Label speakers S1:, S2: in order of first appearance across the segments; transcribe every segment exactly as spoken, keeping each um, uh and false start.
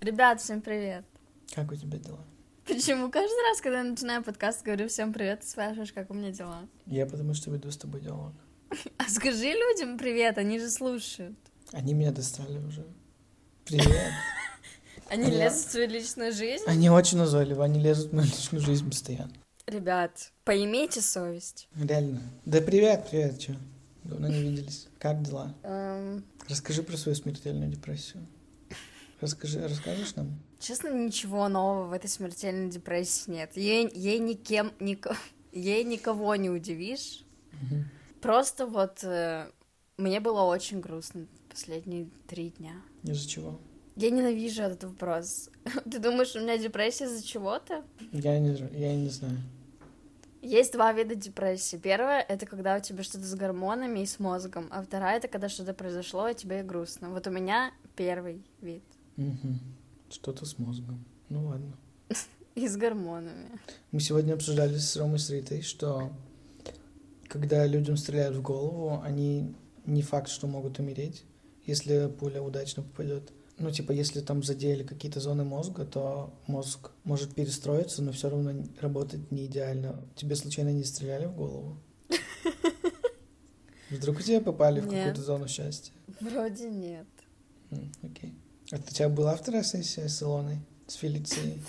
S1: Ребят, всем привет.
S2: Как у тебя дела?
S1: Почему каждый раз, когда я начинаю подкаст, говорю всем привет, ты спрашиваешь, как у меня дела?
S2: Я потому что веду с тобой диалог.
S1: А скажи людям привет, они же слушают.
S2: Они меня достали уже. Привет.
S1: Они лезут в твою личную жизнь?
S2: Они очень назойливы, они лезут в мою личную жизнь постоянно.
S1: Ребят, поимейте совесть.
S2: Реально. Да привет, привет, чё? Давно не виделись. Как дела?
S1: Эм...
S2: Расскажи про свою смертельную депрессию. Расскажи, расскажешь нам?
S1: Честно, ничего нового в этой смертельной депрессии нет. Ей, ей никем, нико, ей никого не удивишь.
S2: Угу.
S1: Просто вот э, мне было очень грустно последние три дня.
S2: Из-за чего?
S1: Я ненавижу этот вопрос. Ты думаешь, у меня депрессия из-за чего-то?
S2: Я не, я не знаю.
S1: Есть два вида депрессии. Первая — это когда у тебя что-то с гормонами и с мозгом, а вторая — это когда что-то произошло, и тебе грустно. Вот у меня первый вид.
S2: Угу. Что-то с мозгом. Ну ладно.
S1: И с гормонами.
S2: Мы сегодня обсуждали с Ромой с Ритой, что когда людям стреляют в голову, они не факт, что могут умереть, если пуля удачно попадет. Ну, типа, если там задели какие-то зоны мозга, то мозг может перестроиться, но все равно работать не идеально. Тебе случайно не стреляли в голову? Вдруг у тебя попали в какую-то зону счастья?
S1: Вроде нет.
S2: М, окей. А у тебя была вторая сессия с Илоной? С Фелицией?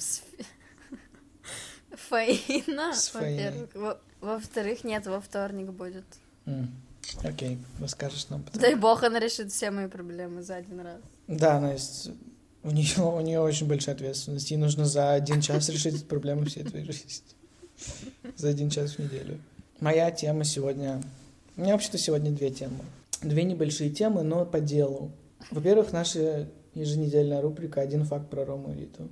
S1: Фаина,
S2: С
S1: во-первых. Во- во-вторых, нет, во вторник будет.
S2: М, окей, расскажешь нам потом.
S1: Дай бог, она решит все мои проблемы за один раз.
S2: Да, Настя, у нее, у нее очень большая ответственность. Ей нужно за один час решить проблемы всей твоей жизни. За один час в неделю. Моя тема сегодня... У меня вообще-то сегодня две темы. Две небольшие темы, но по делу. Во-первых, наша еженедельная рубрика «Один факт про Рому и Риту».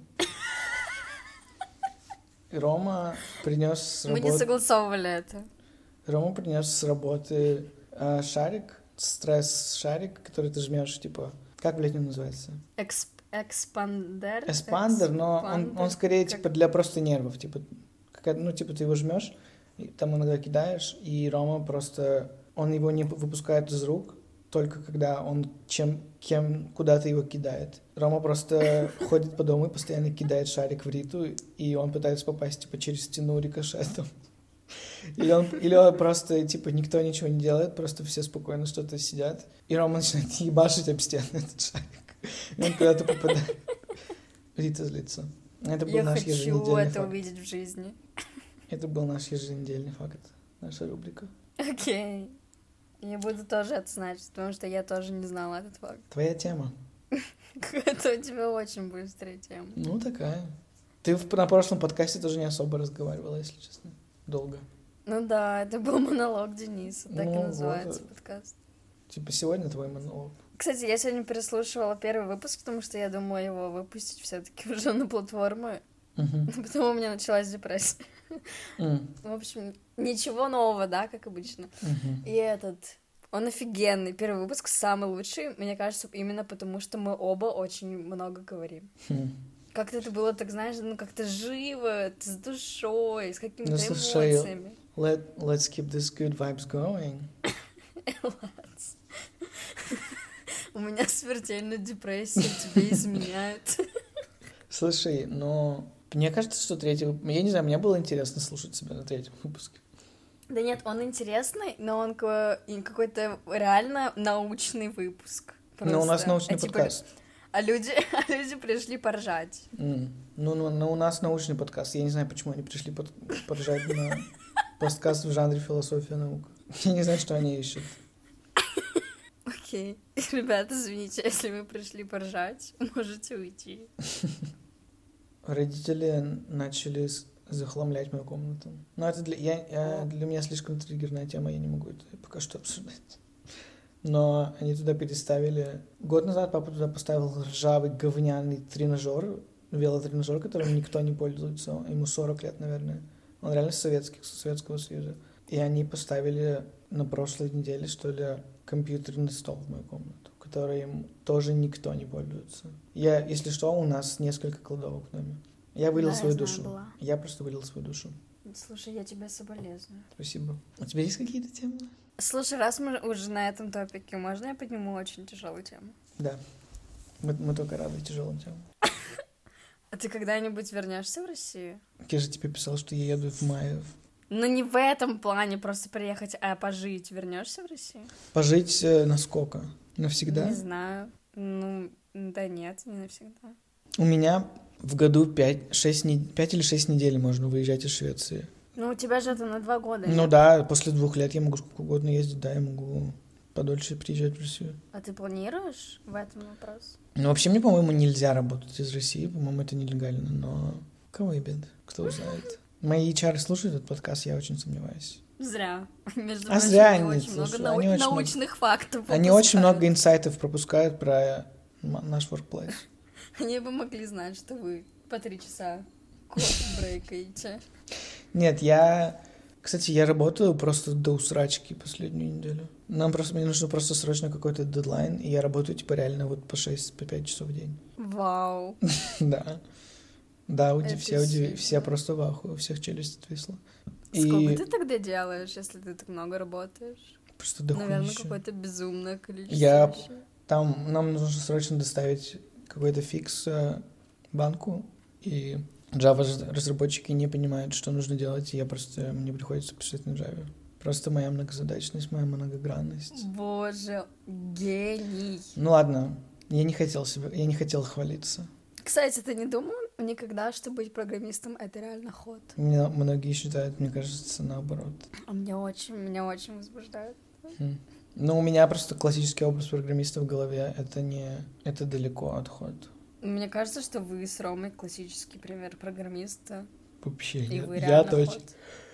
S2: Рома принес с
S1: Мы
S2: работы...
S1: не согласовывали это.
S2: Рома принес с работы э, шарик, стресс-шарик, который ты жмешь, типа... Как, блядь, он называется?
S1: Эксп... Экспандер?
S2: Эспандер, но он, он скорее,
S1: как...
S2: типа, для просто нервов. Типа, как, ну, типа, ты его жмешь, там иногда кидаешь, и Рома просто... Он его не выпускает из рук, только когда он чем, кем, куда-то его кидает. Рома просто ходит по дому и постоянно кидает шарик в Риту, и он пытается попасть, типа, через стену рикошетом. Или он, или он просто, типа, никто ничего не делает, просто все спокойно что-то сидят, и Рома начинает ебашить об стену этот шарик. И он куда-то попадает. Рита злится. Это был
S1: Я
S2: наш
S1: хочу
S2: еженедельный
S1: это
S2: факт.
S1: увидеть в жизни.
S2: Это был наш еженедельный факт, наша рубрика.
S1: Окей. Я буду тоже это знать, потому что я тоже не знала этот факт.
S2: Твоя тема.
S1: Это у тебя очень быстрая тема.
S2: Ну, такая. Ты в, на прошлом подкасте тоже не особо разговаривала, если честно. Долго.
S1: Ну да, это был монолог Дениса, так
S2: Ну,
S1: и называется
S2: вот.
S1: подкаст.
S2: Типа сегодня твой монолог.
S1: Кстати, я сегодня переслушивала первый выпуск, потому что я думала его выпустить все-таки уже на платформы.
S2: Угу.
S1: Потом у меня началась депрессия.
S2: Mm.
S1: В общем, ничего нового, да, как обычно.
S2: Uh-huh.
S1: И этот... Он офигенный. Первый выпуск самый лучший, мне кажется, именно потому, что мы оба очень много говорим.
S2: Hmm.
S1: Как-то это было, так знаешь, ну как-то живо, с душой, с какими-то
S2: Ну, слушай,
S1: эмоциями.
S2: Let, let's keep this good vibes going.
S1: Let's. У меня смертельная депрессия, тебя изменяют.
S2: Слушай, но мне кажется, что третий... Я не знаю, мне было интересно слушать себя на третьем выпуске.
S1: Да нет, он интересный, но он какой-то реально научный выпуск.
S2: Ну, у нас научный
S1: а,
S2: подкаст.
S1: Типа, а, люди, а люди пришли поржать.
S2: Mm. Ну, ну, ну, у нас научный подкаст. Я не знаю, почему они пришли под... поржать на подкаст в жанре философия наука. Я не знаю, что они ищут.
S1: Окей. Okay. Ребята, извините, если вы пришли поржать, можете уйти.
S2: Родители начали захламлять мою комнату. Но это для, я, я, для меня слишком триггерная тема, я не могу это пока что обсуждать. Но они туда переставили... Год назад папа туда поставил ржавый говняный тренажер, велотренажер, которым никто не пользуется. Ему сорок лет, наверное. Он реально с советских, с Советского Союза. И они поставили на прошлой неделе, что ли, компьютерный стол в мою комнату, которым тоже никто не пользуется. Я, если что, у нас несколько кладовок в доме. Я вылил
S1: да,
S2: свою
S1: я
S2: душу.
S1: Была.
S2: Я просто вылил свою душу.
S1: Слушай, я тебя соболезную.
S2: Спасибо. У тебя есть какие-то темы?
S1: Слушай, раз мы уже на этом топике, можно я подниму очень тяжелую тему?
S2: Да. Мы, мы только рады тяжелым темам.
S1: А ты когда-нибудь вернешься в Россию?
S2: Я же тебе писал, что я еду в мае.
S1: Ну, не в этом плане просто приехать, а пожить. Вернешься в Россию?
S2: Пожить э, насколько? Навсегда?
S1: Не знаю. Ну, да нет, не навсегда.
S2: У меня в году пять, шесть, пять или шесть недель можно выезжать из Швеции.
S1: Ну, у тебя же это на два года.
S2: Ну
S1: нет?
S2: да, после двух лет я могу сколько угодно ездить, да, я могу подольше приезжать в Россию.
S1: А ты планируешь в этом вопрос?
S2: Ну, вообще, мне, по-моему, нельзя работать из России, по-моему, это нелегально, но кого ебет, кто знает. Мои эйч ар слушают этот подкаст, я очень сомневаюсь.
S1: Зря. Между
S2: А
S1: прочим,
S2: зря
S1: они
S2: они
S1: очень
S2: слушают,
S1: много нау-
S2: они очень
S1: научных
S2: много-
S1: фактов
S2: Они очень
S1: выпускают.
S2: много инсайтов пропускают про м- наш workplace.
S1: Они бы могли знать, что вы по три часа кофе брейкаете.
S2: Нет, я... Кстати, я работаю просто до усрачки последнюю неделю. Нам просто, мне нужно просто срочно какой-то дедлайн, и я работаю, типа, реально вот по шесть, по пять часов в день.
S1: Вау.
S2: Да. Да, уди-
S1: Это
S2: все, уди-
S1: сильно.
S2: все просто в ахуе, у всех челюсть отвисла.
S1: Сколько
S2: И
S1: ты тогда делаешь, если ты так много работаешь?
S2: просто дохуища.
S1: Наверное, какое-то безумное количество.
S2: Я-
S1: вообще.
S2: Там нам нужно срочно доставить какой-то фикс э, банку, и Java раз- разработчики не понимают, что нужно делать, и я просто, мне приходится писать на Java. Просто моя многозадачность, моя многогранность.
S1: Боже, гений.
S2: Ну ладно, я не хотел себя, я не хотел хвалиться.
S1: Кстати, ты не думал никогда, что быть программистом — это реально ход?
S2: Меня многие считают, мне кажется, наоборот.
S1: А меня очень, меня очень возбуждает.
S2: Хм. Ну, у меня просто классический образ программиста в голове, это не... Это далеко отход.
S1: Мне кажется, что вы с Ромой классический пример программиста,
S2: Вообще,
S1: и
S2: я,
S1: вы
S2: я
S1: реально
S2: точно.
S1: ход.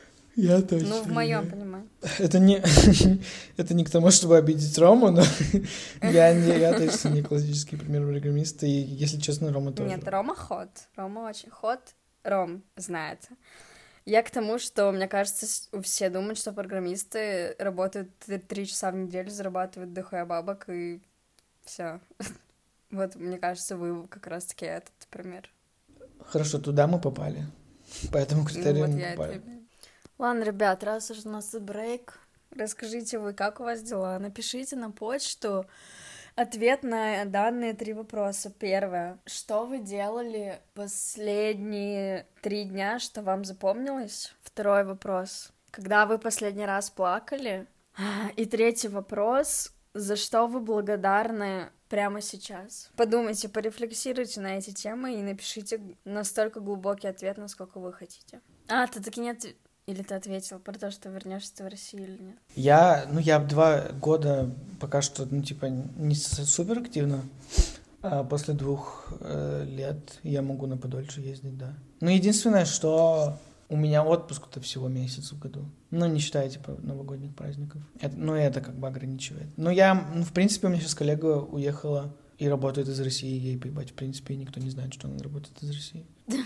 S2: Я точно.
S1: Ну, в моем
S2: не.
S1: понимании.
S2: Это не... это не к тому, чтобы обидеть Рому, но я, не, я точно не классический пример программиста, и, если честно, Рома тоже.
S1: Нет, Рома ход. Рома очень ход. Ром знает. Я к тому, что, мне кажется, с- все думают, что программисты работают т- три часа в неделю, зарабатывают дохуя бабок, и все. Вот, мне кажется, вы как раз-таки этот пример.
S2: Хорошо, туда мы попали. По этому
S1: Ну,
S2: критерию
S1: вот
S2: мы
S1: я это
S2: попали.
S1: имею. Ладно, ребят, раз уж у нас тут брейк, расскажите вы, как у вас дела. Напишите на почту ответ на данные три вопроса. Первое. Что вы делали последние три дня, что вам запомнилось? Второй вопрос. Когда вы последний раз плакали? И третий вопрос. За что вы благодарны прямо сейчас? Подумайте, порефлексируйте на эти темы и напишите настолько глубокий ответ, насколько вы хотите. А, ты таки нет... Или ты ответил про то, что вернешься в Россию или нет?
S2: Я, ну, я два года пока что, ну, типа, не с- супер активно. А после двух э, лет я могу на подольше ездить, да. Ну, единственное, что у меня отпуск-то всего месяц в году. Ну, не считая, типа, новогодних праздников. Это, ну, это как бы ограничивает. Но я, ну, в принципе, у меня сейчас коллега уехала и работает из России, ей поебать, в принципе, и никто не знает, что она работает из России.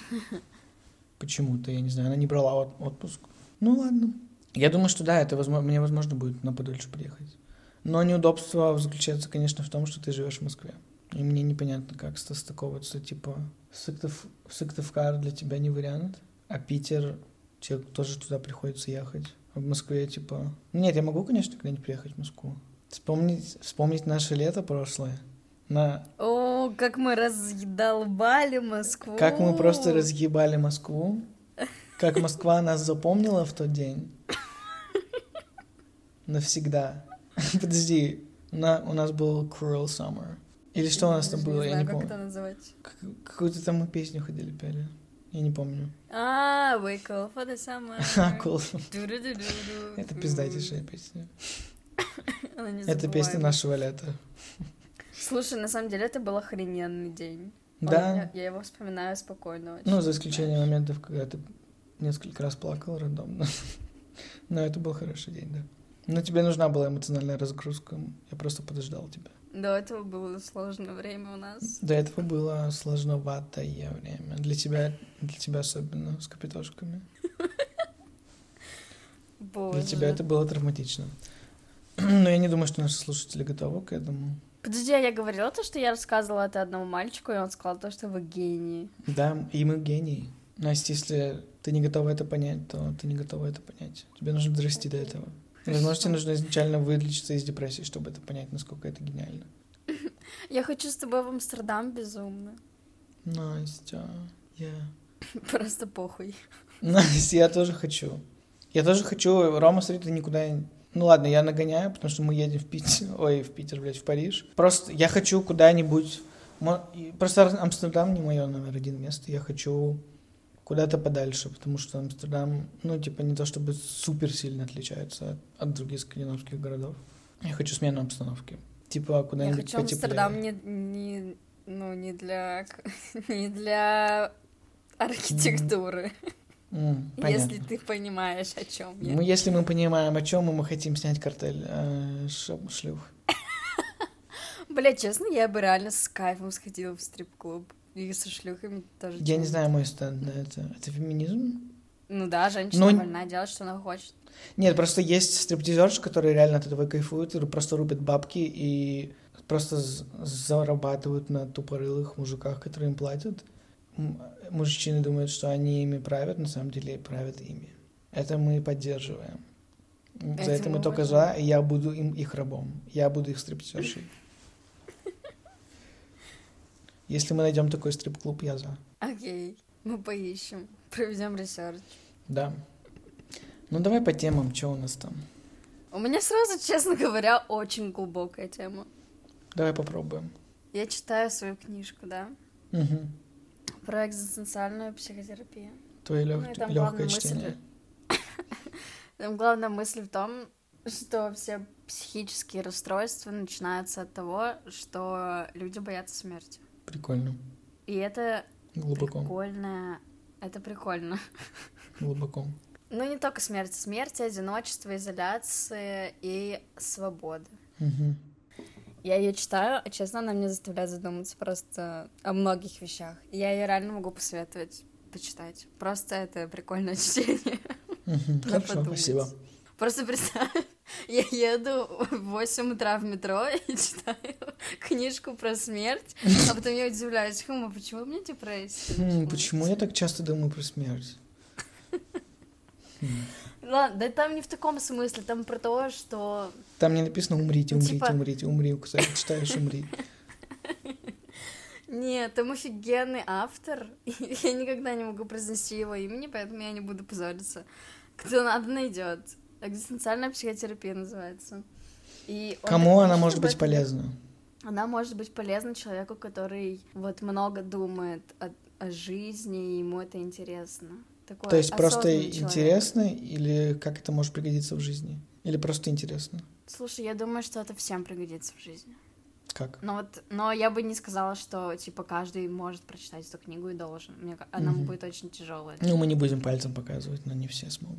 S2: Почему-то, я не знаю, она не брала от- отпуск. Ну, ладно. Я думаю, что да, это возможно, мне возможно будет на подольше приехать. Но неудобство заключается, конечно, в том, что ты живешь в Москве. И мне непонятно, как состыковываться, типа, Сыктыв, Сыктывкар для тебя не вариант, а Питер, тебе тоже туда приходится ехать. А в Москве, типа... Нет, я могу, конечно, когда-нибудь приехать в Москву. Вспомнить, вспомнить наше лето прошлое. На...
S1: О, как мы раздолбали Москву.
S2: Как мы просто разъебали Москву. Как Москва нас запомнила в тот день. Навсегда. Подожди, на, у нас был Cruel Summer. Или что у нас там
S1: Даже
S2: было,
S1: не
S2: я
S1: знаю,
S2: не
S1: как
S2: помню.
S1: это называть.
S2: Как- Какую-то там мы песню ходили, пели. Я не помню.
S1: А, we call for the summer.
S2: А, cool.
S1: Ду-ду-ду-ду-ду.
S2: Это пиздатейшая песня.
S1: Она
S2: Это песня
S1: незабываемая.
S2: нашего лета.
S1: Слушай, на самом деле это был охрененный день. Он-
S2: Да.
S1: Я, я его вспоминаю спокойно очень.
S2: Ну, за исключением
S1: знаешь.
S2: моментов, когда ты несколько раз плакал рандомно. Но это был хороший день, да. Но тебе нужна была эмоциональная разгрузка. Я просто подождал тебя.
S1: До этого было сложное время у нас.
S2: До этого было сложноватое время. Для тебя, для тебя особенно, с капитошками.
S1: Боже.
S2: Для тебя это было травматично. Но я не думаю, что наши слушатели готовы к этому.
S1: Подожди, а я говорила то, что я рассказывала это одному мальчику, и он сказал то, что вы гений.
S2: Да, и мы гении. Настя, если ты не готова это понять, то ты не готова это понять. Тебе нужно дорасти до этого. Возможно, тебе нужно изначально вылечиться из депрессии, чтобы это понять, насколько это гениально.
S1: Я хочу с тобой в Амстердам безумно.
S2: Настя, Я...
S1: Просто похуй.
S2: Настя, я тоже хочу. Я тоже хочу. Рома с Ритой никуда... Ну ладно, я нагоняю, потому что мы едем в Питер. Ой, в Питер, блядь, в Париж. Просто я хочу куда-нибудь... Просто Амстердам не мое номер один место. Я хочу куда-то подальше, потому что Амстердам, ну, типа, не то чтобы супер сильно отличается от, от других скандинавских городов. Я хочу смену обстановки. Типа, куда-нибудь
S1: потеплее. Я хочу
S2: потеплее.
S1: Амстердам не, не, ну, не для... не для архитектуры.
S2: Mm,
S1: если ты понимаешь, о чем я.
S2: Ну, если мы понимаем, о чем мы, мы хотим снять картель э, шлюх.
S1: Бля, честно, я бы реально с кайфом сходила в стрип-клуб. И со шлюхами тоже.
S2: Я не знаю мой стенд на это. Это феминизм?
S1: Ну да, женщина
S2: Но...
S1: вольна делать, что она хочет.
S2: Нет, просто есть стриптизерши, которые реально от этого кайфуют, и просто рубят бабки и просто зарабатывают на тупорылых мужиках, которые им платят. Мужчины думают, что они ими правят, на самом деле правят ими. Это мы поддерживаем. Это за это мы только за, и я буду им их рабом. Я буду их стриптизершей. Если мы найдем такой стрип-клуб, я за.
S1: Окей, мы поищем, проведем ресерч.
S2: Да. Ну давай по темам, что у нас там?
S1: У меня сразу, честно говоря, очень глубокая тема.
S2: Давай попробуем.
S1: Я читаю свою книжку, да?
S2: Угу.
S1: Про экзистенциальную психотерапию.
S2: Твое лег... ну, легкое чтение.
S1: Мысль... там главная мысль в том, что все психические расстройства начинаются от того, что люди боятся смерти.
S2: Прикольно.
S1: И это
S2: глубоко.
S1: Прикольно. Это прикольно.
S2: Глубоко.
S1: Ну, не только смерть. Смерть, одиночество, изоляция и свобода.
S2: Угу.
S1: Я ее читаю, а честно, она меня заставляет задуматься просто о многих вещах. Я ее реально могу посоветовать почитать. Просто это прикольное чтение.
S2: Угу. Хорошо, спасибо.
S1: Просто представь, я еду в восемь утра в метро и читаю книжку про смерть, а потом я удивляюсь, хм, а почему у меня депрессия?
S2: Хм, почему я так часто думаю про смерть?
S1: Ладно, да там не в таком смысле, там про то, что...
S2: Там не написано «умрите, умрите,
S1: типа...
S2: умрите, умри», кстати, читаешь «умри».
S1: Нет, там офигенный автор, я никогда не могу произнести его имени, поэтому я не буду позориться. Кто надо, найдет. Экзистенциальная психотерапия называется. И
S2: кому она может быть полезна?
S1: Она может быть полезна человеку, который вот много думает о, о жизни, и ему это интересно. Такой
S2: То есть просто
S1: человек.
S2: интересно, или как это может пригодиться в жизни? Или просто интересно?
S1: Слушай, я думаю, что это всем пригодится в жизни.
S2: Как?
S1: Но вот, но я бы не сказала, что типа каждый может прочитать эту книгу и должен. Мне она угу. будет очень тяжелая.
S2: Ну, мы не будем пальцем показывать, но не все смогут.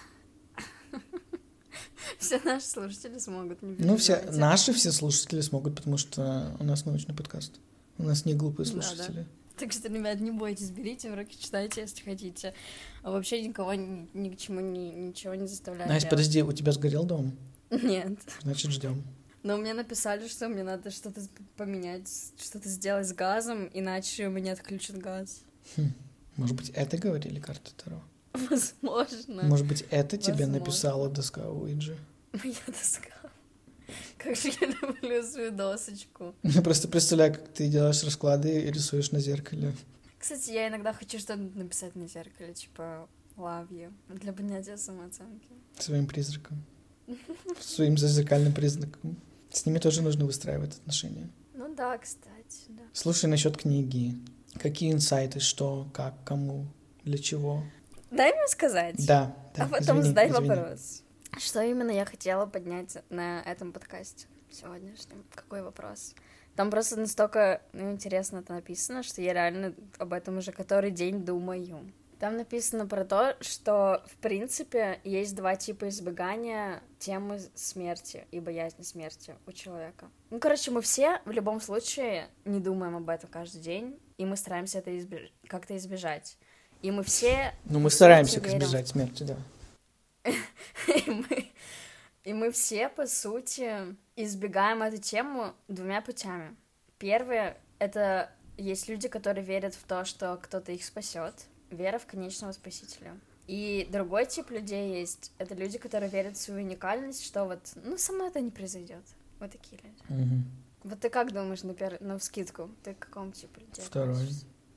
S1: Все наши слушатели смогут, не
S2: Ну, все наши все слушатели смогут, потому что у нас научный подкаст. У нас не глупые слушатели.
S1: Да, да. Так что, ребят, не бойтесь, берите в руки, читайте, если хотите. А вообще никого ни, ни к чему ни, ничего не заставляйте.
S2: Настя, подожди, у тебя сгорел дом?
S1: Нет.
S2: Значит, ждем.
S1: Но мне написали, что мне надо что-то поменять, что-то сделать с газом, иначе у меня отключат газ.
S2: Хм. Может быть, это говорили карты Таро?
S1: Возможно.
S2: Может быть, это тебе Возможно. Написала доска Уиджи?
S1: Моя доска. Как же я люблю свою досочку.
S2: Я просто представляю, как ты делаешь расклады и рисуешь на зеркале.
S1: Кстати, я иногда хочу что-то написать на зеркале, типа love you, для поднятия самооценки.
S2: Своим призраком. Своим зазеркальным признаком. С ними тоже нужно выстраивать отношения.
S1: Ну да, кстати, да.
S2: Слушай, насчет книги. Какие инсайты, что, как, кому, для чего?
S1: Дай мне сказать.
S2: Да, да.
S1: А потом
S2: извини,
S1: задай
S2: извини.
S1: вопрос. Что именно я хотела поднять на этом подкасте сегодняшнем? Какой вопрос? Там просто настолько ну, интересно это написано, что я реально об этом уже который день думаю. Там написано про то, что, в принципе, есть два типа избегания темы смерти и боязни смерти у человека. Ну, короче, мы все в любом случае не думаем об этом каждый день, и мы стараемся это избеж... как-то избежать. И мы все...
S2: Ну, мы стараемся избежать смерти, да.
S1: И мы, и мы все, по сути, избегаем эту тему двумя путями. Первое — это есть люди, которые верят в то, что кто-то их спасет, вера в конечного спасителя. И другой тип людей есть — это люди, которые верят в свою уникальность, что вот, ну, со мной это не произойдет. Вот такие люди.
S2: Угу.
S1: Вот ты как думаешь, на пер... навскидку, ты к какому типу людей
S2: Второй.
S1: относишься?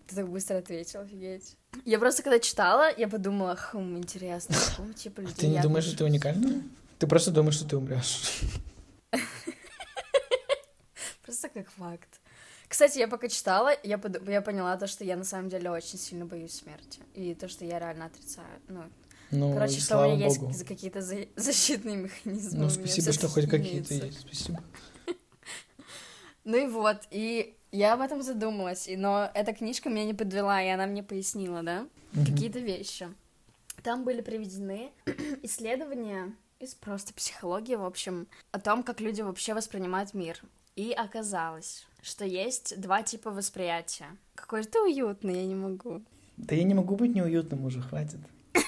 S1: Ты так быстро ответил, офигеть. Я просто когда читала, я подумала, хм, интересно, какому типу людей
S2: Ты не
S1: я
S2: думаешь, что ты уникальна? Ты просто думаешь, что ты умрешь.
S1: Просто как факт. Кстати, я пока читала, я, под... я поняла то, что я на самом деле очень сильно боюсь смерти. И то, что я реально отрицаю. Ну,
S2: ну
S1: короче, что у меня Богу. Есть какие-то за... защитные механизмы.
S2: Ну, спасибо, что хоть какие-то есть. Спасибо.
S1: Ну и вот, и я об этом задумалась, но эта книжка меня не подвела, и она мне пояснила, да, mm-hmm. какие-то вещи. Там были приведены исследования из просто психологии, в общем, о том, как люди вообще воспринимают мир. И оказалось, что есть два типа восприятия. Какой же ты уютный, я не могу.
S2: Да я не могу быть неуютным уже, хватит.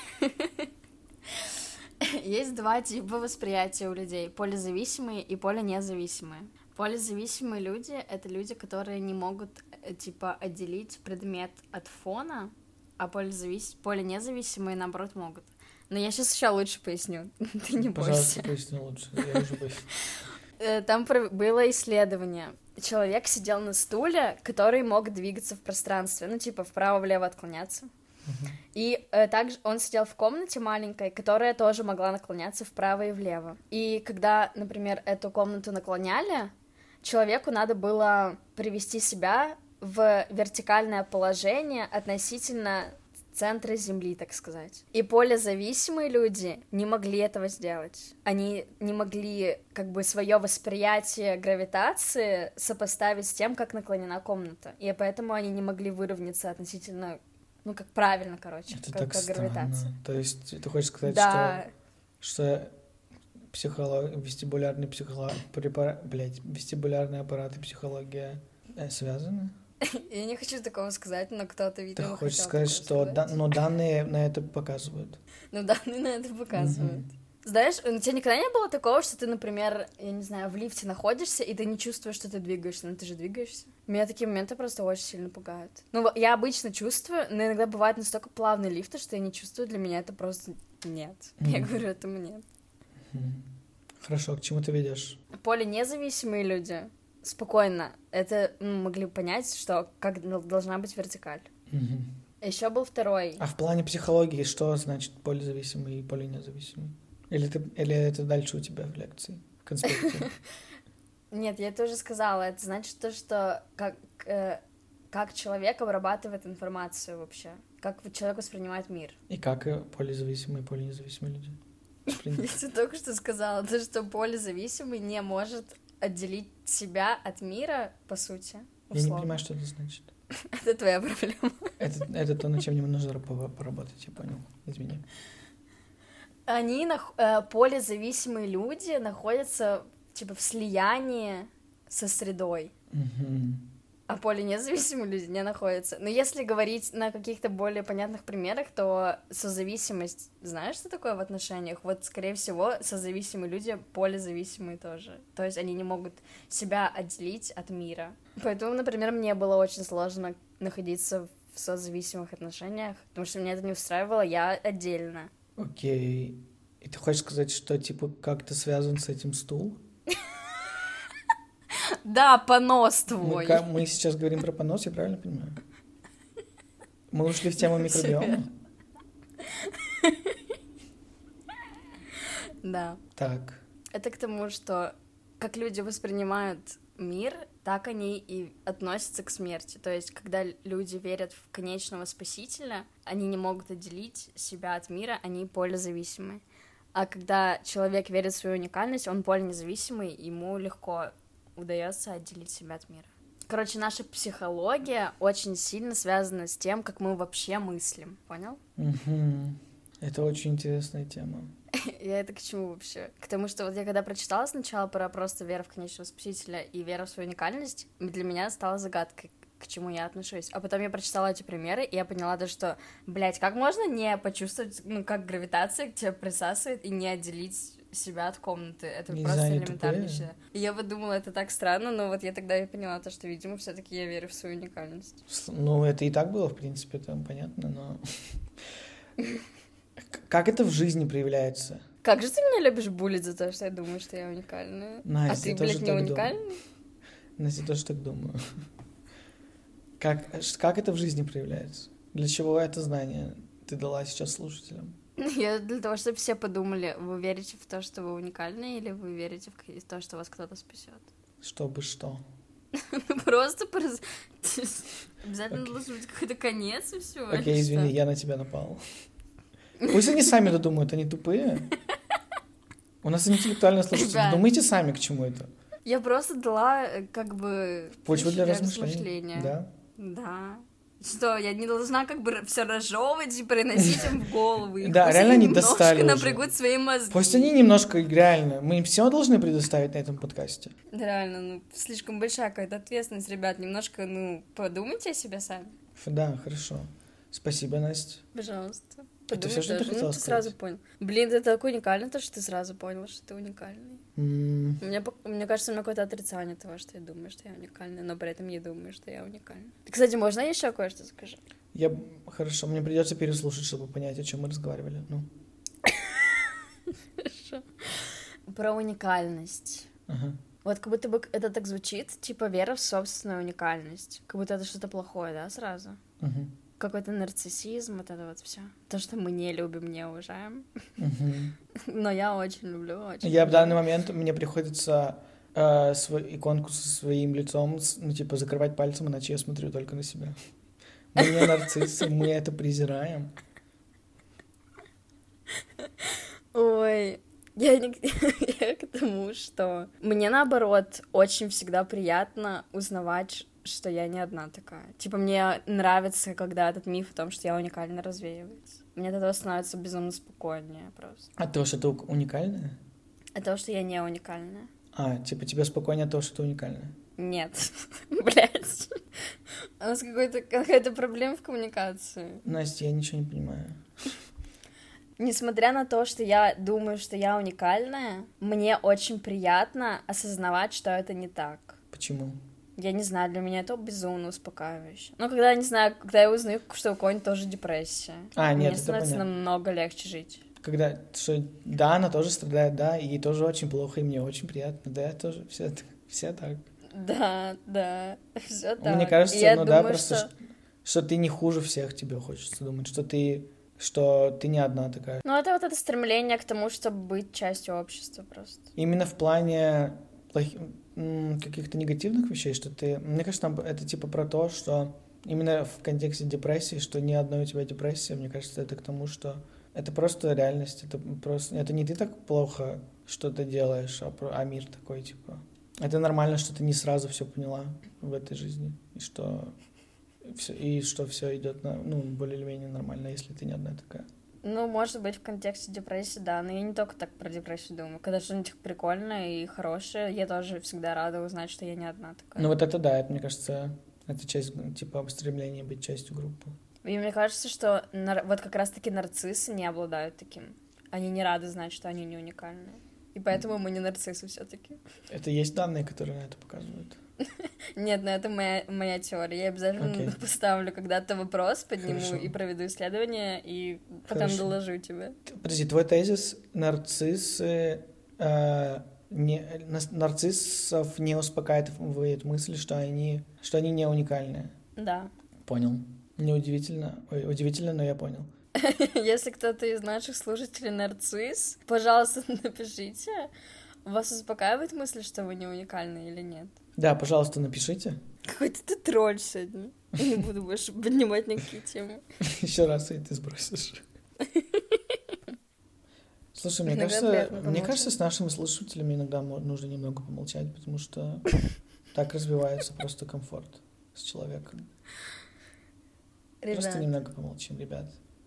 S1: Есть два типа восприятия у людей, полизависимые и полинезависимые. Полизависимые люди — это люди, которые не могут, типа, отделить предмет от фона, а полизавис... полинезависимые, наоборот, могут. Но я сейчас еще лучше поясню, ты не бойся.
S2: Пожалуйста, поясни лучше, я уже боюсь.
S1: Там было исследование. Человек сидел на стуле, который мог двигаться в пространстве, ну, типа, вправо-влево отклоняться. Uh-huh. И э, также он сидел в комнате маленькой, которая тоже могла наклоняться вправо и влево. И когда, например, эту комнату наклоняли, человеку надо было привести себя в вертикальное положение относительно центра Земли, так сказать. И полезависимые люди не могли этого сделать. Они не могли как бы свое восприятие гравитации сопоставить с тем, как наклонена комната. И поэтому они не могли выровняться относительно, ну, как правильно, короче,
S2: это
S1: как,
S2: так
S1: как гравитация.
S2: То есть ты хочешь сказать,
S1: да.
S2: что, что психолог... вестибулярный психолог... Препар... Блять, вестибулярный аппарат и психология связаны?
S1: Я не хочу такого сказать, но кто-то, видимо,
S2: хотел. Ты хочешь
S1: сказать,
S2: что да... но данные на это показывают?
S1: Ну, данные на это показывают. Mm-hmm. Знаешь, у тебя никогда не было такого, что ты, например, я не знаю, в лифте находишься, и ты не чувствуешь, что ты двигаешься, но ты же двигаешься? Меня такие моменты просто очень сильно пугают. Ну, я обычно чувствую, но иногда бывают настолько плавные лифты, что я не чувствую, для меня это просто нет. Mm-hmm. Я говорю, этому нет.
S2: Mm-hmm. Хорошо, к чему ты ведешь?
S1: Полинезависимые люди спокойно это ну, могли понять, что как должна быть вертикаль.
S2: Mm-hmm.
S1: Еще был второй.
S2: А в плане психологии что значит полизависимый и полинезависимый? Или, ты, или это дальше у тебя в лекции, в конспекте?
S1: Нет, я тоже сказала. Это значит то, что как, э, как человек обрабатывает информацию вообще, как человек воспринимает мир.
S2: И как полизависимые и полинезависимые люди?
S1: Я тебе только что сказала, то, что полизависимый не может отделить себя от мира, по сути. Условно.
S2: Я не понимаю, что это значит.
S1: Это твоя проблема.
S2: Это, это то, над чем мне нужно поработать, я понял. Извини.
S1: Они, э, полизависимые люди, находятся, типа, в слиянии со средой.
S2: Mm-hmm.
S1: А полинезависимые люди не находятся. Но если говорить на каких-то более понятных примерах, то созависимость, знаешь, что такое в отношениях? Вот, скорее всего, созависимые люди полизависимые тоже. То есть они не могут себя отделить от мира. Поэтому, например, мне было очень сложно находиться в созависимых отношениях, потому что меня это не устраивало, я отдельно.
S2: Окей. И ты хочешь сказать, что, типа, как-то связан с этим стул?
S1: Да, понос твой.
S2: Мы, мы сейчас говорим про понос, я правильно понимаю? Мы ушли в тему микробиома?
S1: Да.
S2: Так.
S1: Это к тому, что как люди воспринимают мир, так они и относятся к смерти. То есть, когда люди верят в конечного спасителя, они не могут отделить себя от мира, они полизависимы. А когда человек верит в свою уникальность, он полинезависимый, ему легко удается отделить себя от мира. Короче, наша психология очень сильно связана с тем, как мы вообще мыслим. Понял?
S2: Угу. Это очень интересная тема.
S1: Я это к чему вообще? К тому, что вот я когда прочитала сначала про просто веру в конечного спасителя и веру в свою уникальность, для меня стала загадкой, к чему я отношусь. А потом я прочитала эти примеры, и я поняла, то, что, блядь, как можно не почувствовать, ну, как гравитация к тебе присасывает, и не отделить себя от комнаты. Это
S2: не
S1: просто
S2: знаю,
S1: элементарнейшее. И я вот думала, это так странно, но вот я тогда и поняла, то, что, видимо, все-таки я верю в свою уникальность.
S2: Ну, это и так было, в принципе, там понятно, но... Как это в жизни проявляется?
S1: Как же ты меня любишь булить за то, что я думаю, что я уникальная?
S2: Настя,
S1: а ты, блядь, не уникальная?
S2: Настя, тоже так думаю. Как, как это в жизни проявляется? Для чего это знание ты дала сейчас слушателям?
S1: Я для того, чтобы все подумали, вы верите в то, что вы уникальны, или вы верите в то, что вас кто-то спасет?
S2: Чтобы что?
S1: Просто обязательно должен быть какой-то конец и все.
S2: Окей, извини, я на тебя напал. Пусть они сами додумают, они тупые. У нас интеллектуальные слушатели. Думайте сами, к чему это.
S1: Я просто дала, как бы...
S2: Почву для размышления. Да.
S1: Да. Что, я не должна как бы все разжевывать и приносить им в голову.
S2: Да, пусть реально они достали
S1: немножко напрягут свои мозги.
S2: Пусть они немножко, реально, мы им все должны предоставить на этом подкасте.
S1: Да, реально, ну, слишком большая какая-то ответственность, ребят. Немножко, ну, подумайте о себе сами.
S2: Да, хорошо. Спасибо, Настя.
S1: Пожалуйста.
S2: Это все, что ты хотела
S1: ну,
S2: сказать?
S1: Ты сразу понял. Блин, ты так уникальный, то, что ты сразу понял, что ты уникальный.
S2: Mm.
S1: Мне, мне кажется, у меня какое-то отрицание того, что я думаю, что я уникальная, но при этом я думаю, что я уникальная. Кстати, можно еще кое-что скажу?
S2: Я... Хорошо, мне придется переслушать, чтобы понять, о чем мы разговаривали. Ну.
S1: Хорошо. Про уникальность.
S2: Ага.
S1: Вот как будто бы это так звучит, типа вера в собственную уникальность. Как будто это что-то плохое, да, сразу?
S2: Угу.
S1: Какой-то нарциссизм, вот это вот все. То, что мы не любим, не уважаем.
S2: Угу.
S1: Но я очень люблю, очень
S2: Я
S1: люблю.
S2: в данный момент, мне приходится э, свой, иконку со своим лицом, ну, типа, закрывать пальцем, иначе я смотрю только на себя. Мы не нарциссы, мы это презираем.
S1: Ой, я, не... я к тому, что мне, наоборот, очень всегда приятно узнавать, что я не одна такая. Типа, мне нравится, когда этот миф о том, что я уникальна, развеивается. Мне от этого становится безумно спокойнее просто.
S2: От того, что ты уникальная?
S1: От того, что я не уникальная.
S2: А, типа, тебе спокойнее от того, что ты уникальная?
S1: Нет, блядь. У нас какой-то, какая-то проблема в коммуникации.
S2: Настя, я ничего не понимаю.
S1: Несмотря на то, что я думаю, что я уникальная, мне очень приятно осознавать, что это не так.
S2: Почему?
S1: Я не знаю, для меня это безумно успокаивающе. Но когда, не знаю, когда я узнаю, что у кого-нибудь тоже депрессия,
S2: а, нет,
S1: мне становится
S2: понятно.
S1: намного легче жить.
S2: Когда, что, да, она тоже страдает, да, и ей тоже очень плохо, и мне очень приятно, да, тоже, все, все так.
S1: Да, да, все так.
S2: Мне кажется,
S1: я
S2: ну
S1: думаю,
S2: да, просто,
S1: что...
S2: что, что ты не хуже всех, тебе хочется думать, что ты, что ты не одна такая.
S1: Ну, это вот это стремление к тому, чтобы быть частью общества просто.
S2: Именно в плане плохих, каких-то негативных вещей, что ты... Мне кажется, это типа про то, что именно в контексте депрессии, что ни одной у тебя депрессия, мне кажется, это к тому, что это просто реальность, это просто... Это не ты так плохо что-то делаешь, а, а мир такой, типа... Это нормально, что ты не сразу все поняла в этой жизни, и что все, и что все идет на, ну, более или менее нормально, если ты не одна такая.
S1: Ну, может быть, в контексте депрессии, да, но я не только так про депрессию думаю. Когда что-нибудь прикольное и хорошее, я тоже всегда рада узнать, что я не одна такая.
S2: Ну, вот это да, это, мне кажется, это часть, типа, стремления быть частью группы.
S1: И мне кажется, что нар... вот как раз-таки нарциссы не обладают таким. Они не рады знать, что они не уникальны. И поэтому мы не нарциссы все-таки.
S2: Это есть данные, которые на это показывают?
S1: Нет, но это моя, моя теория. Я обязательно okay. поставлю когда-то вопрос, подниму Хорошо. И проведу исследование, и потом Хорошо. Доложу тебе.
S2: Подожди, твой тезис — нарциссы... Э, не, нарциссов не успокаивает мысль, что они, что они не уникальные?
S1: Да.
S2: Понял. Неудивительно. Ой, удивительно, но я понял.
S1: Если кто-то из наших слушателей нарцисс, пожалуйста, напишите. Вас успокаивает мысль, что вы не уникальны или нет?
S2: Да, пожалуйста, напишите.
S1: Какой-то ты тролль сегодня. Не буду больше поднимать никакие темы.
S2: Еще раз, и ты сбросишь. Слушай, мне кажется, мне кажется, с нашими слушателями иногда нужно немного помолчать, потому что так развивается просто комфорт с человеком.
S1: Ребят.
S2: Просто немного помолчим, ребят.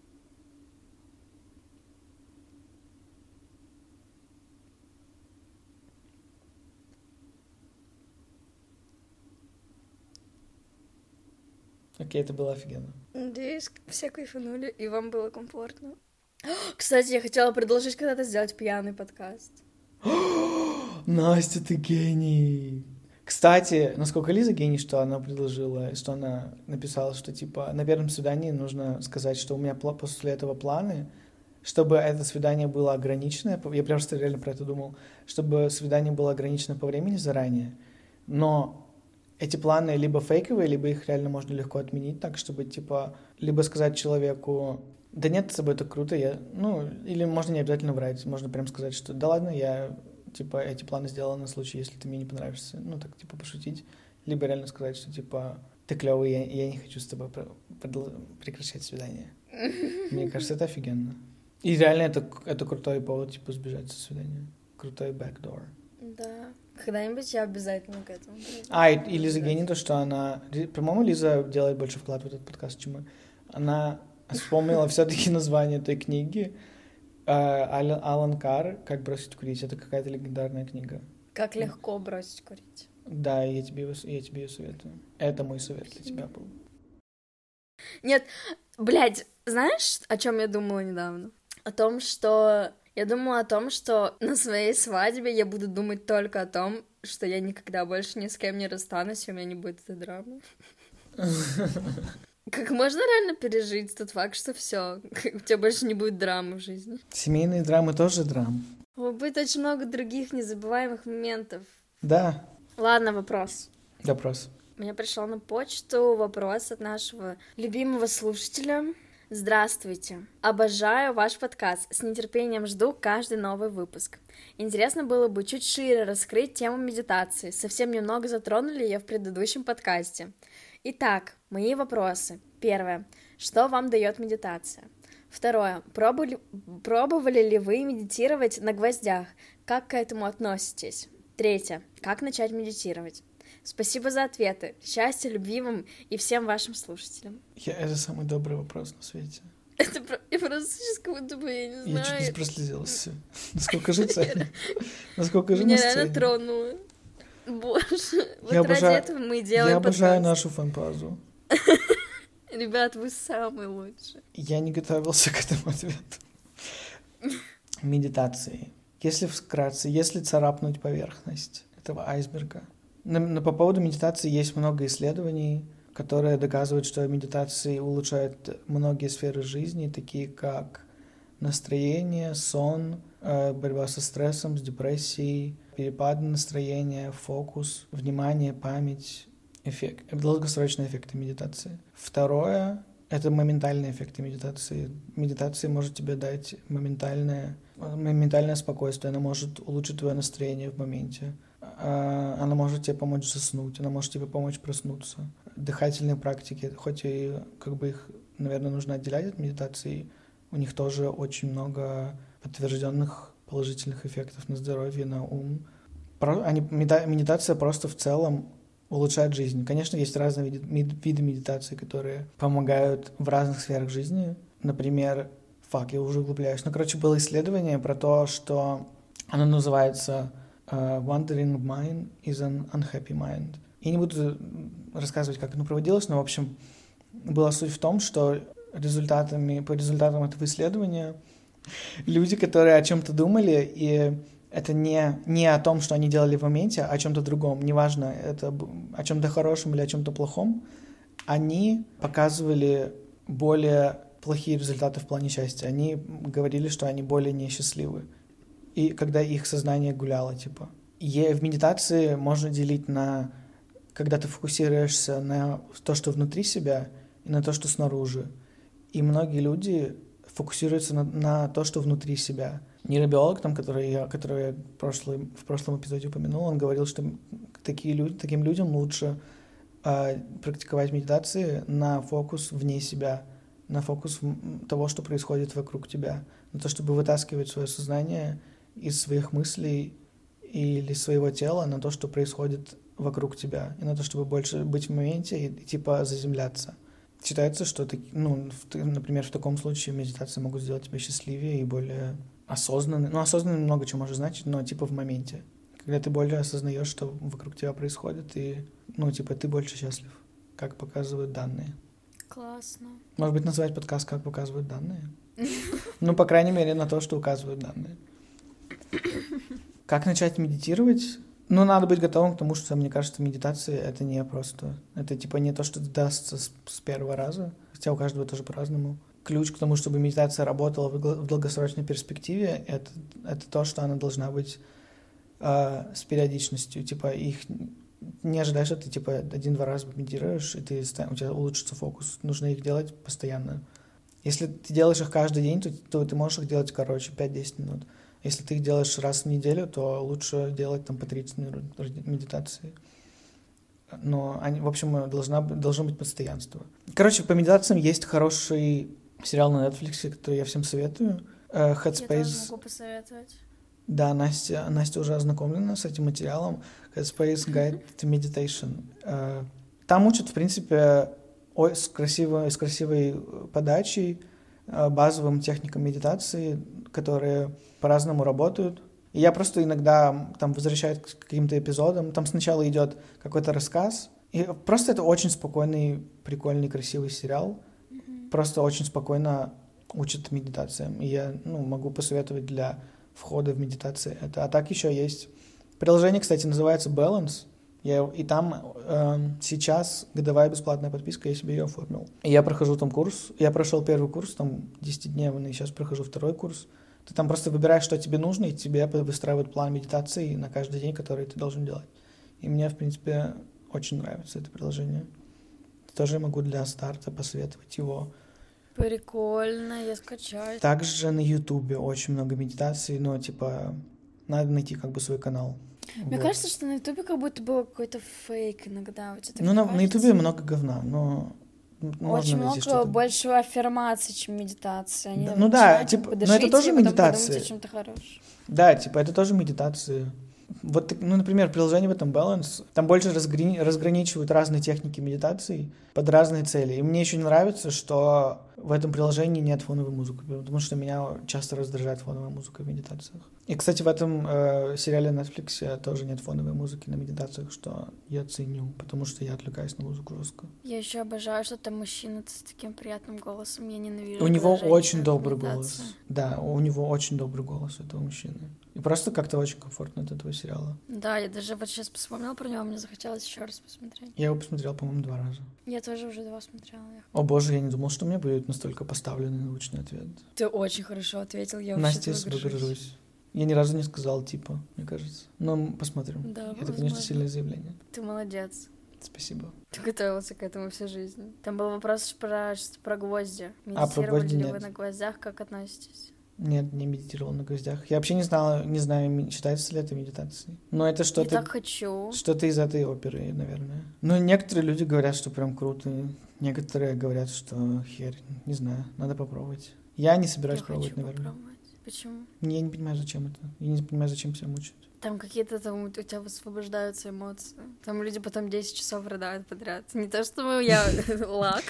S2: Окей, это было офигенно.
S1: Надеюсь, все кайфанули, и вам было комфортно. Кстати, я хотела предложить когда-то сделать пьяный подкаст.
S2: Настя, ты гений! Кстати, насколько Лиза гений, что она предложила, что она написала, что, типа, на первом свидании нужно сказать, что у меня после этого планы, чтобы это свидание было ограниченное, я просто реально про это думал, чтобы свидание было ограничено по времени заранее, но эти планы либо фейковые, либо их реально можно легко отменить так, чтобы, типа, либо сказать человеку, да нет, с тобой это круто, я... Ну, или можно не обязательно врать, можно прям сказать, что да ладно, я, типа, эти планы сделал на случай, если ты мне не понравишься. Ну, так, типа, пошутить. Либо реально сказать, что, типа, ты клевый, я, я не хочу с тобой продол- прекращать свидание. Мне кажется, это офигенно. И реально это, это крутой повод, типа, сбежать со свидания. Крутой backdoor.
S1: Да. Когда-нибудь я обязательно к этому приду.
S2: А, и, и Лиза гений, то, что она... По-моему, Лиза делает больше вклад в этот подкаст, чем мы. Она вспомнила все-таки название той книги. Алан Карр «Как бросить курить». Это какая-то легендарная книга.
S1: Как легко бросить курить.
S2: Да, я тебе, я тебе ее советую. Это мой совет для тебя был.
S1: Нет, блядь, знаешь, о чем я думала недавно? О том, что... Я думала о том, что на своей свадьбе я буду думать только о том, что я никогда больше ни с кем не расстанусь, и у меня не будет этой драмы. Как можно реально пережить тот факт, что все, у тебя больше не будет драмы в жизни?
S2: Семейные драмы тоже драмы.
S1: Будет очень много других незабываемых моментов.
S2: Да.
S1: Ладно, вопрос.
S2: Вопрос.
S1: Мне пришел на почту вопрос от нашего любимого слушателя. Здравствуйте. Обожаю ваш подкаст. С нетерпением жду каждый новый выпуск. Интересно было бы чуть шире раскрыть тему медитации. Совсем немного затронули ее в предыдущем подкасте. Итак, мои вопросы. Первое. Что вам дает медитация? Второе. Пробовали, пробовали ли вы медитировать на гвоздях? Как к этому относитесь? Третье. Как начать медитировать? Спасибо за ответы. Счастья, любви вам и всем вашим слушателям.
S2: Я, это самый добрый вопрос на свете.
S1: Это про... Я просто сейчас как будто бы, я не знаю...
S2: Я чуть не прослезилась. Насколько же ценно. Насколько же
S1: Меня реально тронуло. Боже. Вот ради этого мы делаем
S2: Я обожаю нашу фан-паузу.
S1: Ребят, вы самые лучшие.
S2: Я не готовился к этому ответу. Медитации. Если вкратце, если царапнуть поверхность этого айсберга. Но, но по поводу медитации есть много исследований, которые доказывают, что медитации улучшают многие сферы жизни, такие как настроение, сон, борьба со стрессом, с депрессией, перепады настроения, фокус, внимание, память, эффект, долгосрочные эффекты медитации. Второе — это моментальные эффекты медитации. Медитация может тебе дать моментальное, моментальное спокойствие, она может улучшить твое настроение в моменте. Она может тебе помочь заснуть, она может тебе помочь проснуться. Дыхательные практики, хоть и как бы их, наверное, нужно отделять от медитации, у них тоже очень много подтвержденных положительных эффектов на здоровье, на ум. Они, медитация просто в целом улучшает жизнь. Конечно, есть разные виды, виды медитации, которые помогают в разных сферах жизни. Например, фак, я уже углубляюсь. Ну, короче, было исследование про то, что оно называется Uh, Wandering mind is an unhappy mind. Я не буду рассказывать, как оно проводилось, но, в общем, была суть в том, что результатами, по результатам этого исследования люди, которые о чем-то думали, и это не, не о том, что они делали в моменте, а о чем-то другом, неважно, это о чем-то хорошем или о чем-то плохом, они показывали более плохие результаты в плане счастья. Они говорили, что они более несчастливы. И когда их сознание гуляло, типа. И в медитации можно делить на... Когда ты фокусируешься на то, что внутри себя, и на то, что снаружи. И многие люди фокусируются на, на то, что внутри себя. Нейробиолог, там, который я, который я в, прошлом, в прошлом эпизоде упомянул, он говорил, что такие люди, таким людям лучше э, практиковать медитации на фокус вне себя, на фокус того, что происходит вокруг тебя, на то, чтобы вытаскивать свое сознание из своих мыслей или своего тела на то, что происходит вокруг тебя, и на то, чтобы больше быть в моменте и, и типа заземляться. Считается, что, ну, в, например, в таком случае медитации могут сделать тебя счастливее и более осознанным. Ну, осознанным много чего может значить, но типа в моменте. Когда ты более осознаешь, что вокруг тебя происходит, и, ну, типа, ты больше счастлив, как показывают данные.
S1: Классно.
S2: Может быть, назвать подкаст «Как показывают данные»? Ну, по крайней мере, на то, что указывают данные. Как начать медитировать? Ну, надо быть готовым к тому, что, мне кажется, медитация — это не просто... Это, типа, не то, что дастся с, с первого раза, хотя у каждого тоже по-разному. Ключ к тому, чтобы медитация работала в, в долгосрочной перспективе, это, это то, что она должна быть э, с периодичностью. Типа, их не ожидай, что ты, типа, один-два раза медитируешь, и ты, у тебя улучшится фокус. Нужно их делать постоянно. Если ты делаешь их каждый день, то, то ты можешь их делать короче, пять-десять минут. Если ты их делаешь раз в неделю, то лучше делать там по тридцать минут медитации. Но, они, в общем, должна, должно быть постоянство. Короче, по медитациям есть хороший сериал на Netflix, который я всем советую. Uh, Headspace.
S1: Я тоже могу посоветовать.
S2: Да, Настя, Настя уже ознакомлена с этим материалом. Headspace Guide to Meditation. Uh, там учат, в принципе, ой, с, красивой, с красивой подачей, uh, базовым техникам медитации, которые по-разному работают. И я просто иногда там возвращаюсь к каким-то эпизодам. Там сначала идет какой-то рассказ. И просто это очень спокойный, прикольный, красивый сериал. Mm-hmm. Просто очень спокойно учат медитациям. И я ну, могу посоветовать для входа в медитации это. А так еще есть приложение, кстати, называется Balance. Я, и там э, сейчас годовая бесплатная подписка, я себе ее оформил. И я прохожу там курс. Я прошел первый курс, там десятидневный, сейчас прохожу второй курс. Ты там просто выбираешь, что тебе нужно, и тебе выстраивают план медитации на каждый день, который ты должен делать. И мне, в принципе, очень нравится это приложение. Тоже могу для старта посоветовать его.
S1: Прикольно, я скачаю.
S2: Также на Ютубе очень много медитаций, но, типа, надо найти как бы свой канал.
S1: Мне
S2: вот.
S1: кажется, что на Ютубе как будто было какой-то фейк иногда.
S2: Ну, на, на Ютубе много говна, но...
S1: Очень много что-то. Больше аффирмаций, чем медитации. Они
S2: да, ну да, типа, но это тоже медитация.
S1: Чем-то хорошим.
S2: Да, типа, это тоже медитация. Вот, ну, например, приложение в этом Balance, там больше разграни- разграничивают разные техники медитации под разные цели. И мне еще не нравится, что в этом приложении нет фоновой музыки, потому что меня часто раздражает фоновая музыка в медитациях. И, кстати, в этом э, сериале на Netflix тоже нет фоновой музыки на медитациях, что я ценю, потому что я отвлекаюсь на музыку жестко.
S1: Я еще обожаю, что там мужчина с таким приятным голосом, я ненавижу.
S2: У него очень добрый голос. Да, у него очень добрый голос этого мужчины. И просто как-то очень комфортно от этого сериала.
S1: Да, я даже вот сейчас вспомнила про него, мне захотелось еще раз посмотреть.
S2: Я его посмотрел, по-моему, два раза.
S1: Я тоже уже два смотрела.
S2: О боже, я не думал, что у меня будет настолько поставленный научный ответ.
S1: Ты очень хорошо ответил, я
S2: Настя, я собой горжусь. Я ни разу не сказал, типа, мне кажется. Но посмотрим.
S1: Да,
S2: это,
S1: возможно.
S2: Конечно, сильное заявление.
S1: Ты молодец.
S2: Спасибо.
S1: Ты готовился к этому всю жизнь. Там был вопрос про, про гвозди.
S2: А, про гвозди
S1: ли
S2: нет.
S1: вы на гвоздях, как относитесь?
S2: Нет, не медитировал на гвоздях. Я вообще не знала, не знаю, считается ли это медитацией. Но это что-то...
S1: Я так хочу.
S2: Что-то из этой оперы, наверное. Ну, некоторые люди говорят, что прям круто. Некоторые говорят, что хер, не знаю, надо попробовать. Я не собираюсь
S1: Я
S2: пробовать,
S1: хочу
S2: наверное.
S1: Попробовать. Почему?
S2: Я не понимаю, зачем это. Я не понимаю, зачем себя мучить.
S1: Там какие-то там у тебя высвобождаются эмоции. Там люди потом десять часов рыдают подряд. Не то, что я лак,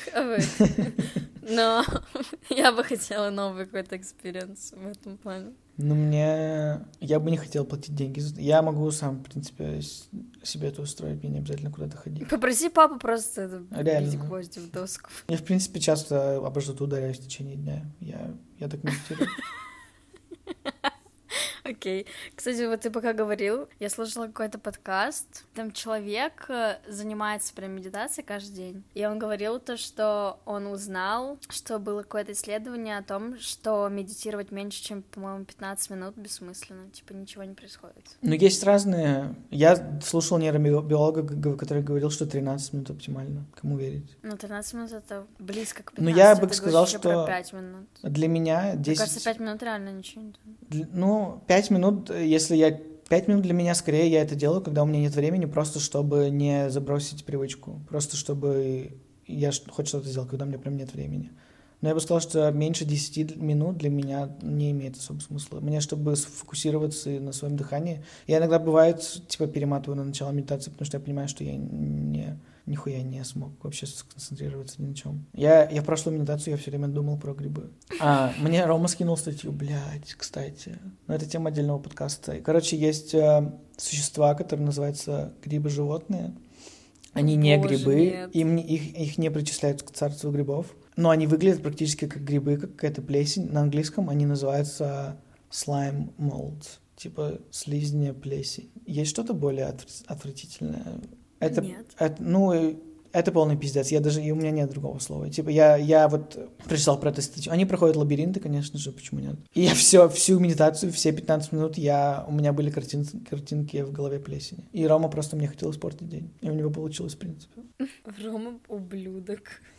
S1: но я бы хотела новый какой-то экспириенс в этом плане.
S2: Ну, мне... Я бы не хотел платить деньги. Я могу сам, в принципе, себе это устроить. Мне не обязательно куда-то ходить.
S1: Попроси папу просто бить гвозди в доску.
S2: Я, в принципе, часто об что-то ударяюсь в течение дня. Я, я так медитирую.
S1: Окей. Okay. Кстати, вот ты пока говорил, я слушала какой-то подкаст, там человек занимается прям медитацией каждый день, и он говорил то, что он узнал, что было какое-то исследование о том, что медитировать меньше, чем, по-моему, пятнадцать минут бессмысленно, типа ничего не происходит.
S2: Ну, есть разные... Я слушал нейробиолога, который говорил, что тринадцать минут оптимально. Кому верить?
S1: Ну, тринадцать минут — это близко к пятнадцати.
S2: Ну, я бы сказал, что...
S1: Про пять минут.
S2: Для меня десять...
S1: Мне кажется, пять минут реально ничего не...
S2: Для... Ну, пять минут, если я... Пять минут для меня, скорее, я это делаю, когда у меня нет времени, просто чтобы не забросить привычку. Просто чтобы я хоть что-то сделал, когда у меня прям нет времени. Но я бы сказал, что меньше десяти минут для меня не имеет особого смысла. Мне, чтобы сфокусироваться на своем дыхании... Я иногда, бывает, типа, перематываю на начало медитации, потому что я понимаю, что я не... Нихуя не смог вообще сконцентрироваться ни на чем. Я, я в прошлую медитацию я все время думал про грибы. А, мне Рома скинул статью, блядь, кстати. Но это тема отдельного подкаста. И, короче, есть э, существа, которые называются грибы-животные. Они не
S1: Боже,
S2: грибы, им, их, их не причисляют к царству грибов. Но они выглядят практически как грибы, как какая-то плесень. На английском они называются slime mold. Типа слизня, плесень. Есть что-то более отвратительное? Это,
S1: Нет.
S2: Это, ну, Это полный пиздец. Я даже, и у меня нет другого слова. Типа, я, я вот прочитал про эту статью. Они проходят лабиринты, конечно же, почему нет? И я все, всю медитацию, все пятнадцать минут, я, у меня были картин, картинки в голове плесени. И Рома просто мне хотел испортить день. И у него получилось, в принципе.
S1: Рома ублюдок.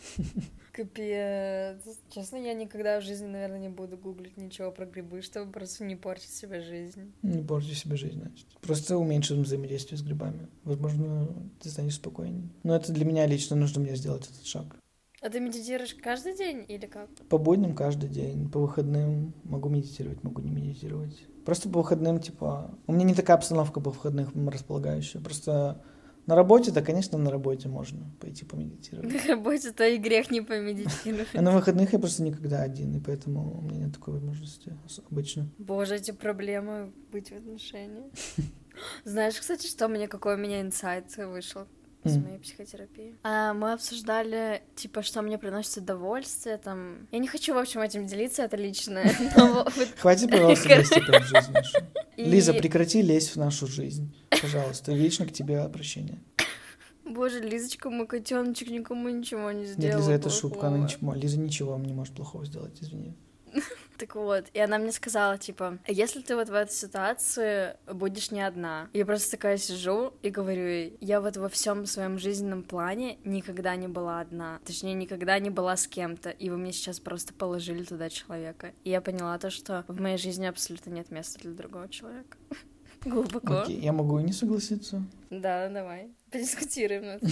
S1: Капец. Честно, я никогда в жизни, наверное, не буду гуглить ничего про грибы, чтобы просто не портить себе жизнь.
S2: Не порти себе жизнь, значит. Просто уменьшим взаимодействие с грибами. Возможно, ты станешь спокойнее. Но это для меня лично нужно мне сделать этот шаг.
S1: А ты медитируешь каждый день или как?
S2: По будням каждый день, по выходным могу медитировать, могу не медитировать. Просто по выходным, типа... У меня не такая обстановка по выходных располагающая. Просто на работе-то, конечно, на работе можно пойти помедитировать.
S1: На работе-то и грех не помедитировать.
S2: А на выходных я просто никогда один, и поэтому у меня нет такой возможности обычно.
S1: Боже, эти проблемы быть в отношениях. Знаешь, кстати, что мне, какой у меня инсайт вышел с моей психотерапии? А, мы обсуждали, типа, что мне приносит удовольствие, там... Я не хочу, в общем, этим делиться, это личное.
S2: Хватит, пожалуйста, лезть теперь в жизнь нашу. Лиза, прекрати лезть в нашу жизнь. Пожалуйста, вечно к тебе обращение.
S1: Боже, Лизочка, мой котеночек никому ничего не сделал.
S2: Нет, Лиза, это шутка, она ничего... Лиза ничего не может плохого сделать, извини.
S1: Так вот, и она мне сказала, типа, если ты вот в этой ситуации будешь не одна. Я просто такая сижу и говорю ей, я вот во всем своем жизненном плане никогда не была одна. Точнее, никогда не была с кем-то, и вы мне сейчас просто положили туда человека. И я поняла то, что в моей жизни абсолютно нет места для другого человека. Глубоко.
S2: Окей, я могу и не согласиться.
S1: Да, давай, подискутируем на это.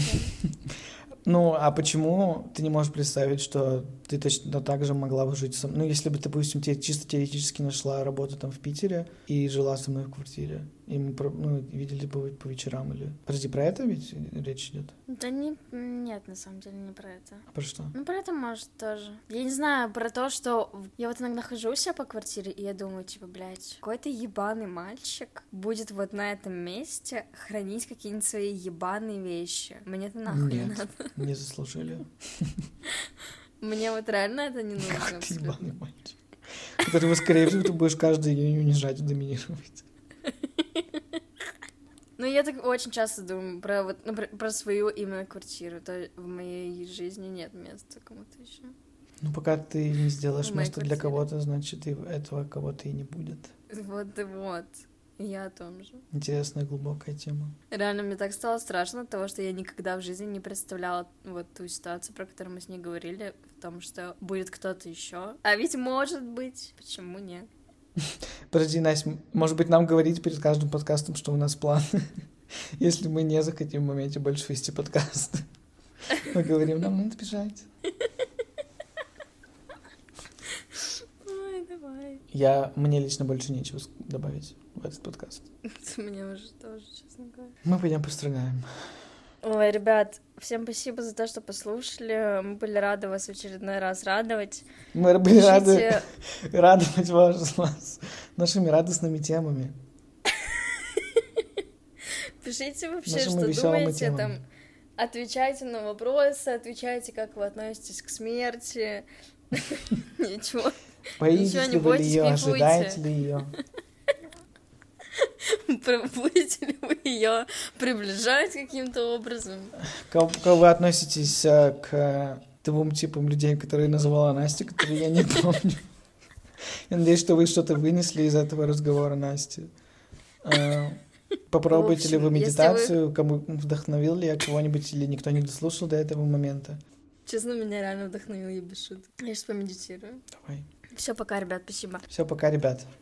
S2: Ну, а почему ты не можешь представить, что ты точно так же могла бы жить со мной? Ну, если бы, допустим, тебе чисто теоретически нашла работу там в Питере и жила со мной в квартире, и мы, ну, видели бы по вечерам или... Подожди, про это ведь речь идет?
S1: Да не, нет, на самом деле, не про это.
S2: А про что?
S1: Ну, про это, может, тоже. Я не знаю, про то, что я вот иногда хожу у себя по квартире, и я думаю, типа, блядь, какой-то ебаный мальчик будет вот на этом месте хранить какие-нибудь свои ебаные вещи. Мне это нахуй не надо.
S2: Не заслужили.
S1: Мне вот реально это не нужно.
S2: Как ты ебаный мальчик. Которого, скорее всего, ты будешь каждый день унижать и доминировать.
S1: Ну, я так очень часто думаю про, вот, ну, про, про свою именно квартиру. То в моей жизни нет места кому-то еще.
S2: Ну, пока ты не сделаешь место для кого-то, значит, и этого кого-то и не будет.
S1: Вот и вот. Я о том же.
S2: Интересная, глубокая тема.
S1: Реально, мне так стало страшно от того, что я никогда в жизни не представляла вот ту ситуацию, про которую мы с ней говорили, в том, что будет кто-то еще. А ведь может быть. Почему нет?
S2: Подожди, Настя, может быть, нам говорить перед каждым подкастом, что у нас план, если мы не захотим в моменте больше вести подкаст. Мы говорим, нам надо бежать.
S1: Ой, давай.
S2: Я, мне лично больше нечего добавить в этот подкаст.
S1: Мне уже тоже, честно говоря.
S2: Мы пойдем пострадаем.
S1: Ой, ребят, всем спасибо за то, что послушали. Мы были рады вас в очередной раз радовать.
S2: Мы были
S1: Пишите...
S2: рады радовать вас, вас нашими радостными темами.
S1: Пишите вообще,
S2: нашими
S1: что думаете,
S2: темами.
S1: там, отвечайте на вопросы, отвечайте, как вы относитесь к смерти. Ничего.
S2: Боитесь ли вы ее, ожидаете ли ее?
S1: Будете ли вы ее приближать каким-то образом?
S2: Как, как вы относитесь а, к двум типам людей, которые называла Настя, которые я не помню? Я надеюсь, что вы что-то вынесли из этого разговора, Насти. А, попробуйте ли вы медитацию? Вы... Кому вдохновил ли я кого-нибудь, или никто не дослушал до этого момента?
S1: Честно, меня реально вдохновил, я без шуток. Я сейчас помедитирую.
S2: Давай.
S1: Все, пока, ребят, спасибо.
S2: Все, пока, ребят.